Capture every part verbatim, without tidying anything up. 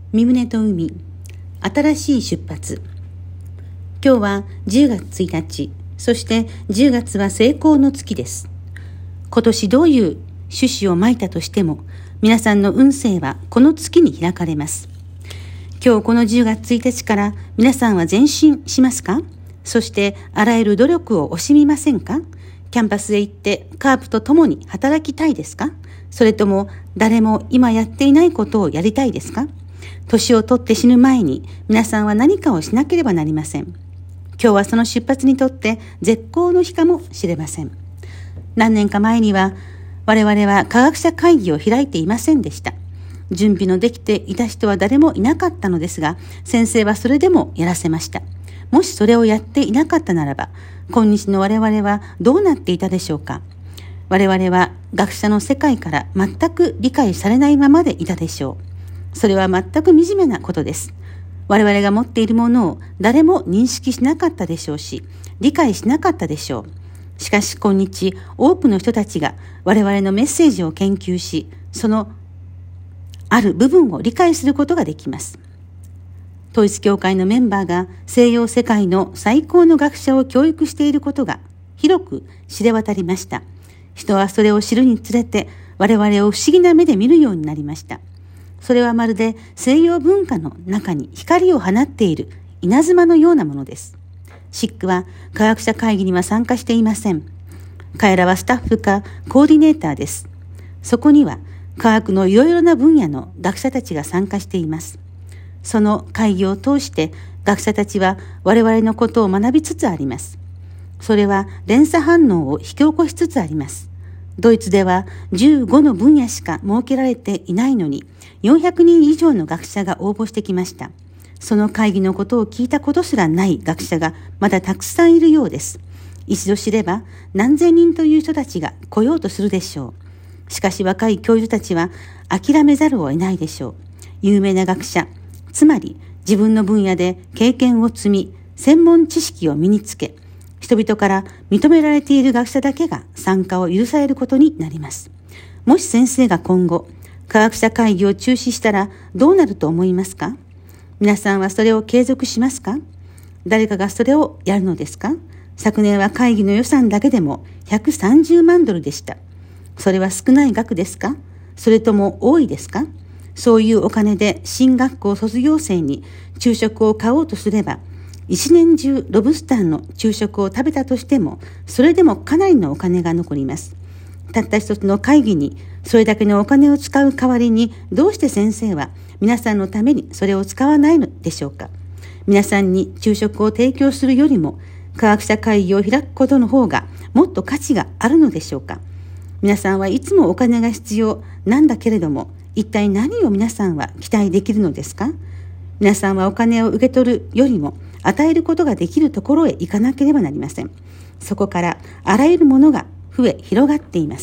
三船と海、新しい出発。今日はじゅうがつついたち、そしてじゅうがつは成功の月です。今年どういう種子をまいたとしても、皆さんの運勢はこの月に開かれます。今日このじゅうがつついたちから皆さんは前進しますか？そしてあらゆる努力を惜しみませんか？キャンパスへ行ってカープと共に働きたいですか？それとも誰も今やっていないことをやりたいですか？年を取って死ぬ前に皆さんは何かをしなければなりません。今日はその出発にとって絶好の日かもしれません。何年か前には我々は科学者会議を開いていませんでした。準備のできていた人は誰もいなかったのですが、先生はそれでもやらせました。もしそれをやっていなかったならば、今日の我々はどうなっていたでしょうか。我々は学者の世界から全く理解されないままでいたでしょう。それは全く惨めなことです。我々が持っているものを誰も認識しなかったでしょうし、理解しなかったでしょう。しかし今日、多くの人たちが我々のメッセージを研究し、そのある部分を理解することができます。統一教会のメンバーが西洋世界の最高の学者を教育していることが広く知れ渡りました。人はそれを知るにつれて我々を不思議な目で見るようになりました。それはまるで西洋文化の中に光を放っている稲妻のようなものです。シックは科学者会議には参加していません。彼らはスタッフかコーディネーターです。そこには科学のいろいろな分野の学者たちが参加しています。その会議を通して学者たちは我々のことを学びつつあります。それは連鎖反応を引き起こしつつあります。ドイツではじゅうごの分野しか設けられていないのによんひゃくにん以上の学者が応募してきました。その会議のことを聞いたことすらない学者がまだたくさんいるようです。一度知れば何千人という人たちが来ようとするでしょう。しかし若い教授たちは諦めざるを得ないでしょう。有名な学者、つまり自分の分野で経験を積み、専門知識を身につけ、人々から認められている学者だけが参加を許されることになります。もし先生が今後、科学者会議を中止したらどうなると思いますか？皆さんはそれを継続しますか？誰かがそれをやるのですか？昨年は会議の予算だけでもひゃくさんじゅうまんドルでした。それは少ない額ですか？それとも多いですか？そういうお金で進学校卒業生に昼食を買おうとすれば、一年中ロブスターの昼食を食べたとしても、それでもかなりのお金が残ります。たった一つの会議にそれだけのお金を使う代わりに、どうして先生は皆さんのためにそれを使わないのでしょうか。皆さんに昼食を提供するよりも、科学者会議を開くことの方がもっと価値があるのでしょうか。皆さんはいつもお金が必要なんだけれども、一体何を皆さんは期待できるのですか？皆さんはお金を受け取るよりも与えることができるところへ行かなければなりません。そこからあらゆるものが増え広がっています。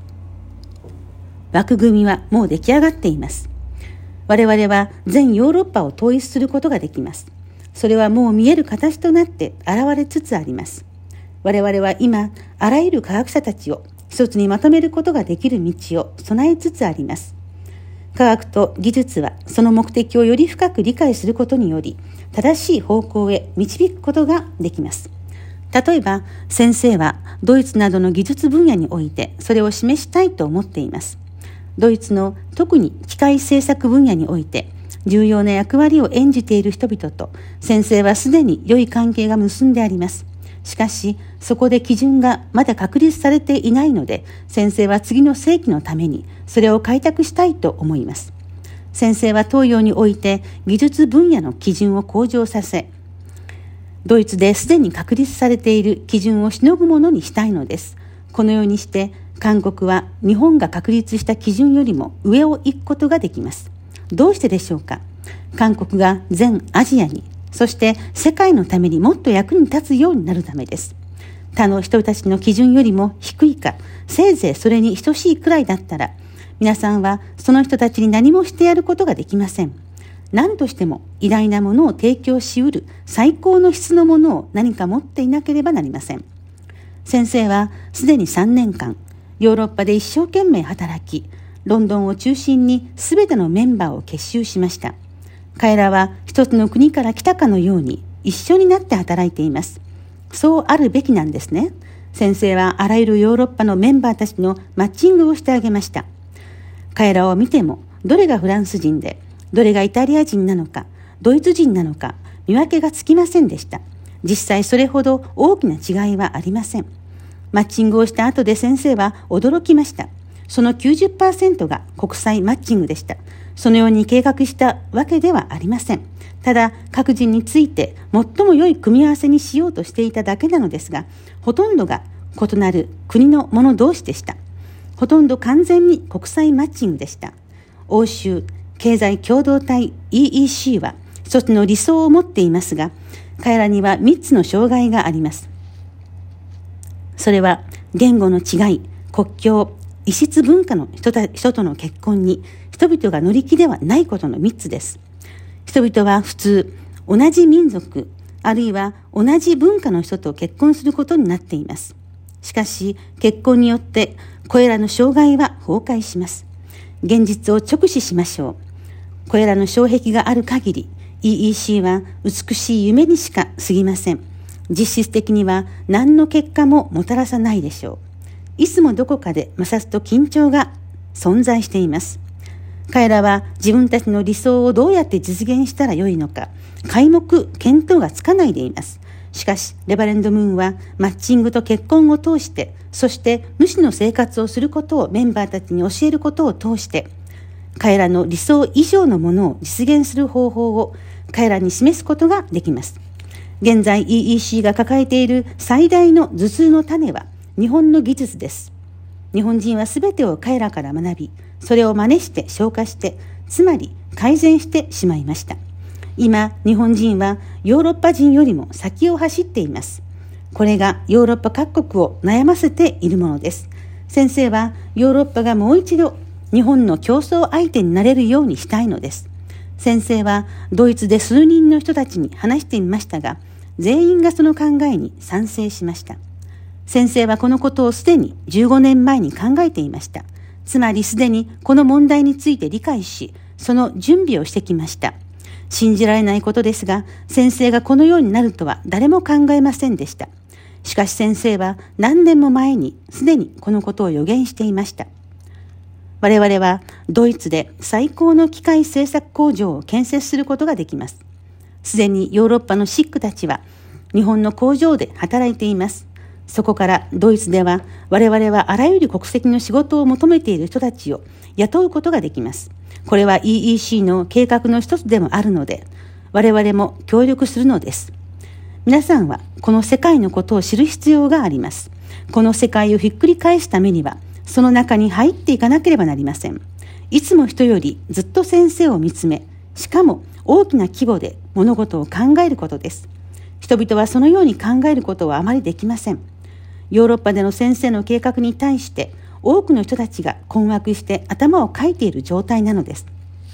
枠組みはもう出来上がっています。我々は全ヨーロッパを統一することができます。それはもう見える形となって現れつつあります。我々は今、あらゆる科学者たちを一つにまとめることができる道を備えつつあります。科学と技術はその目的をより深く理解することにより、正しい方向へ導くことができます。例えば、先生はドイツなどの技術分野においてそれを示したいと思っています。ドイツの特に機械製作分野において重要な役割を演じている人々と先生はすでに良い関係が結んであります。しかし、そこで基準がまだ確立されていないので、先生は次の世紀のためにそれを開拓したいと思います。先生は東洋において技術分野の基準を向上させ、ドイツですでに確立されている基準をしのぐものにしたいのです。このようにして、韓国は日本が確立した基準よりも上を行くことができます。どうしてでしょうか。韓国が全アジアに、そして世界のためにもっと役に立つようになるためです。他の人たちの基準よりも低いか、せいぜいそれに等しいくらいだったら、皆さんはその人たちに何もしてやることができません。何としても偉大なものを提供しうる最高の質のものを何か持っていなければなりません。先生はすでにさんねんかん、ヨーロッパで一生懸命働き、ロンドンを中心にすべてのメンバーを結集しました。 彼らは一つの国から来たかのように一緒になって働いています。そうあるべきなんですね。先生はあらゆるヨーロッパのメンバーたちのマッチングをしてあげました。彼らを見ても、どれがフランス人で、どれがイタリア人なのか、ドイツ人なのか、見分けがつきませんでした。実際それほど大きな違いはありません。マッチングをした後で先生は驚きました。その きゅうじゅっパーセント が国際マッチングでした。そのように計画したわけではありません。ただ、各人について最も良い組み合わせにしようとしていただけなのですが、ほとんどが異なる国の者同士でした。ほとんど完全に国際マッチングでした。欧州経済共同体 イーイーシー は一つの理想を持っていますが、彼らにはみっつの障害があります。それは言語の違い、国境、異質文化の人た人との結婚に人々が乗り気ではないことのみっつです。人々は普通、同じ民族、あるいは同じ文化の人と結婚することになっています。しかし、結婚によってこれらの障害は崩壊します。現実を直視しましょう。これらの障壁がある限り、イーイーシー は美しい夢にしか過ぎません。実質的には何の結果ももたらさないでしょう。いつもどこかで摩擦と緊張が存在しています。彼らは自分たちの理想をどうやって実現したらよいのか、皆目見当がつかないでいます。しかし、レバレンド・ムーンはマッチングと結婚を通して、そして無私の生活をすることをメンバーたちに教えることを通して、彼らの理想以上のものを実現する方法を彼らに示すことができます。現在 イーイーシー が抱えている最大の頭痛の種は日本の技術です。日本人はすべてを彼らから学び、それを真似して消化して、つまり改善してしまいました。今、日本人はヨーロッパ人よりも先を走っています。これがヨーロッパ各国を悩ませているものです。先生はヨーロッパがもう一度日本の競争相手になれるようにしたいのです。先生はドイツで数人の人たちに話してみましたが、全員がその考えに賛成しました。先生はこのことをすでにじゅうごねんまえに考えていました。つまりすでにこの問題について理解し、その準備をしてきました。信じられないことですが、先生がこのようになるとは誰も考えませんでした。しかし先生は何年も前にすでにこのことを予言していました。我々はドイツで最高の機械製作工場を建設することができます。すでにヨーロッパのシックたちは日本の工場で働いています。そこからドイツでは我々はあらゆる国籍の仕事を求めている人たちを雇うことができます。これは イーイーシー の計画の一つでもあるので、我々も協力するのです。皆さんはこの世界のことを知る必要があります。この世界をひっくり返すためには、その中に入っていかなければなりません。いつも人よりずっと先生を見つめ、しかも大きな規模で物事を考えることです。人々はそのように考えることはあまりできません。ヨーロッパでの先生の計画に対して多くの人たちが困惑して頭をかいている状態なのです。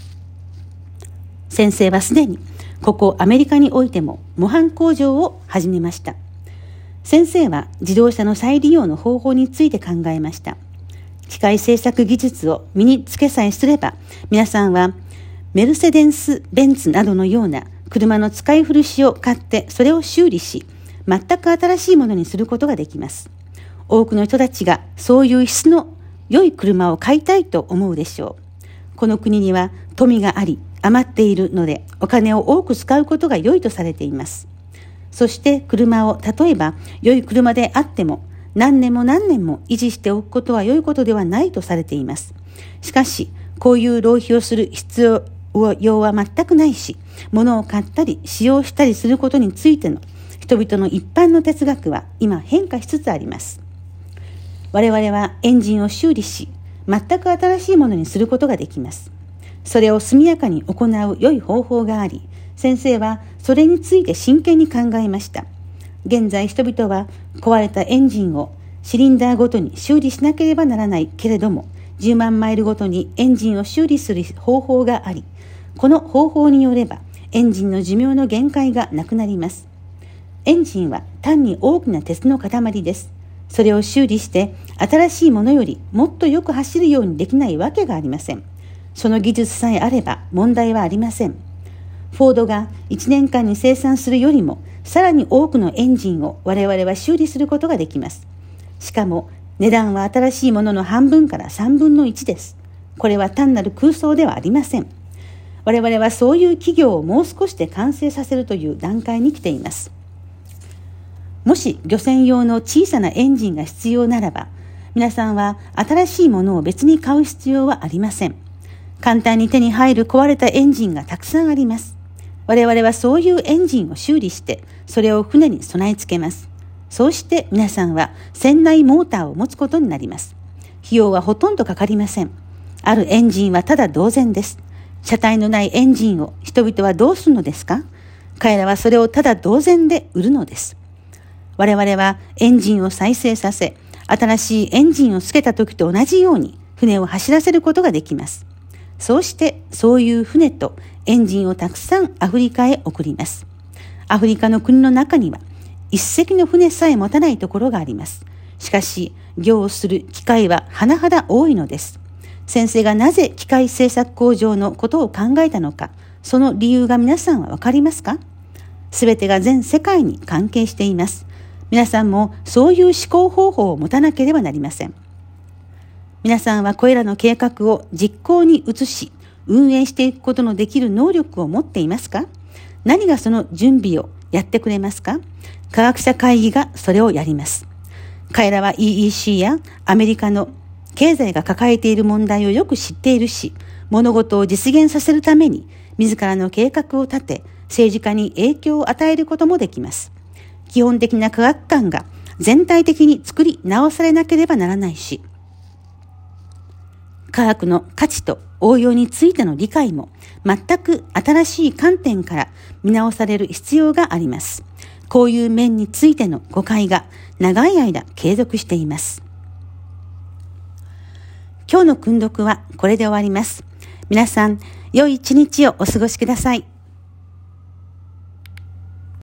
先生はすでにここアメリカにおいても模範工場を始めました。先生は自動車の再利用の方法について考えました。機械製作技術を身につけさえすれば、皆さんはメルセデンス・ベンツなどのような車の使い古しを買ってそれを修理し、全く新しいものにすることができます。多くの人たちがそういう質の良い車を買いたいと思うでしょう。この国には富があり余っているので、お金を多く使うことが良いとされています。そして車を例えば良い車であっても何年も何年も維持しておくことは良いことではないとされています。しかしこういう浪費をする必要は全くないし、物を買ったり使用したりすることについての人々の一般の哲学は今変化しつつあります。我々はエンジンを修理し、全く新しいものにすることができます。それを速やかに行う良い方法があり、先生はそれについて真剣に考えました。現在人々は壊れたエンジンをシリンダーごとに修理しなければならないけれども、じゅうまんマイルごとにエンジンを修理する方法があり、この方法によればエンジンの寿命の限界がなくなります。エンジンは単に大きな鉄の塊です。それを修理して新しいものよりもっとよく走るようにできないわけがありません。その技術さえあれば問題はありません。 フォードがいちねんかんに生産するよりもさらに多くのエンジンを我々は修理することができます。しかも値段は新しいものの半分からさんぶんのいちです。これは単なる空想ではありません。我々はそういう企業をもう少しで完成させるという段階に来ています。もし漁船用の小さなエンジンが必要ならば、皆さんは新しいものを別に買う必要はありません。簡単に手に入る壊れたエンジンがたくさんあります。我々はそういうエンジンを修理して、それを船に備え付けます。そうして皆さんは船内モーターを持つことになります。費用はほとんどかかりません。あるエンジンはただ同然です。車体のないエンジンを人々はどうするのですか？彼らはそれをただ同然で売るのです。我々はエンジンを再生させ、新しいエンジンをつけた時と同じように船を走らせることができます。そうしてそういう船とエンジンをたくさんアフリカへ送ります。アフリカの国の中には一隻の船さえ持たないところがあります。しかし業をする機械は甚だ多いのです。先生がなぜ機械製作工場のことを考えたのか、その理由が皆さんはわかりますか？すべてが全世界に関係しています。皆さんもそういう思考方法を持たなければなりません。皆さんはこれらの計画を実行に移し、運営していくことのできる能力を持っていますか？何がその準備をやってくれますか？科学者会議がそれをやります。彼らは イーイーシー やアメリカの経済が抱えている問題をよく知っているし、物事を実現させるために自らの計画を立て、政治家に影響を与えることもできます。基本的な科学観が全体的に作り直されなければならないし、科学の価値と応用についての理解も全く新しい観点から見直される必要があります。こういう面についての誤解が長い間継続しています。今日の訓読はこれで終わります。皆さん、良い一日をお過ごしください。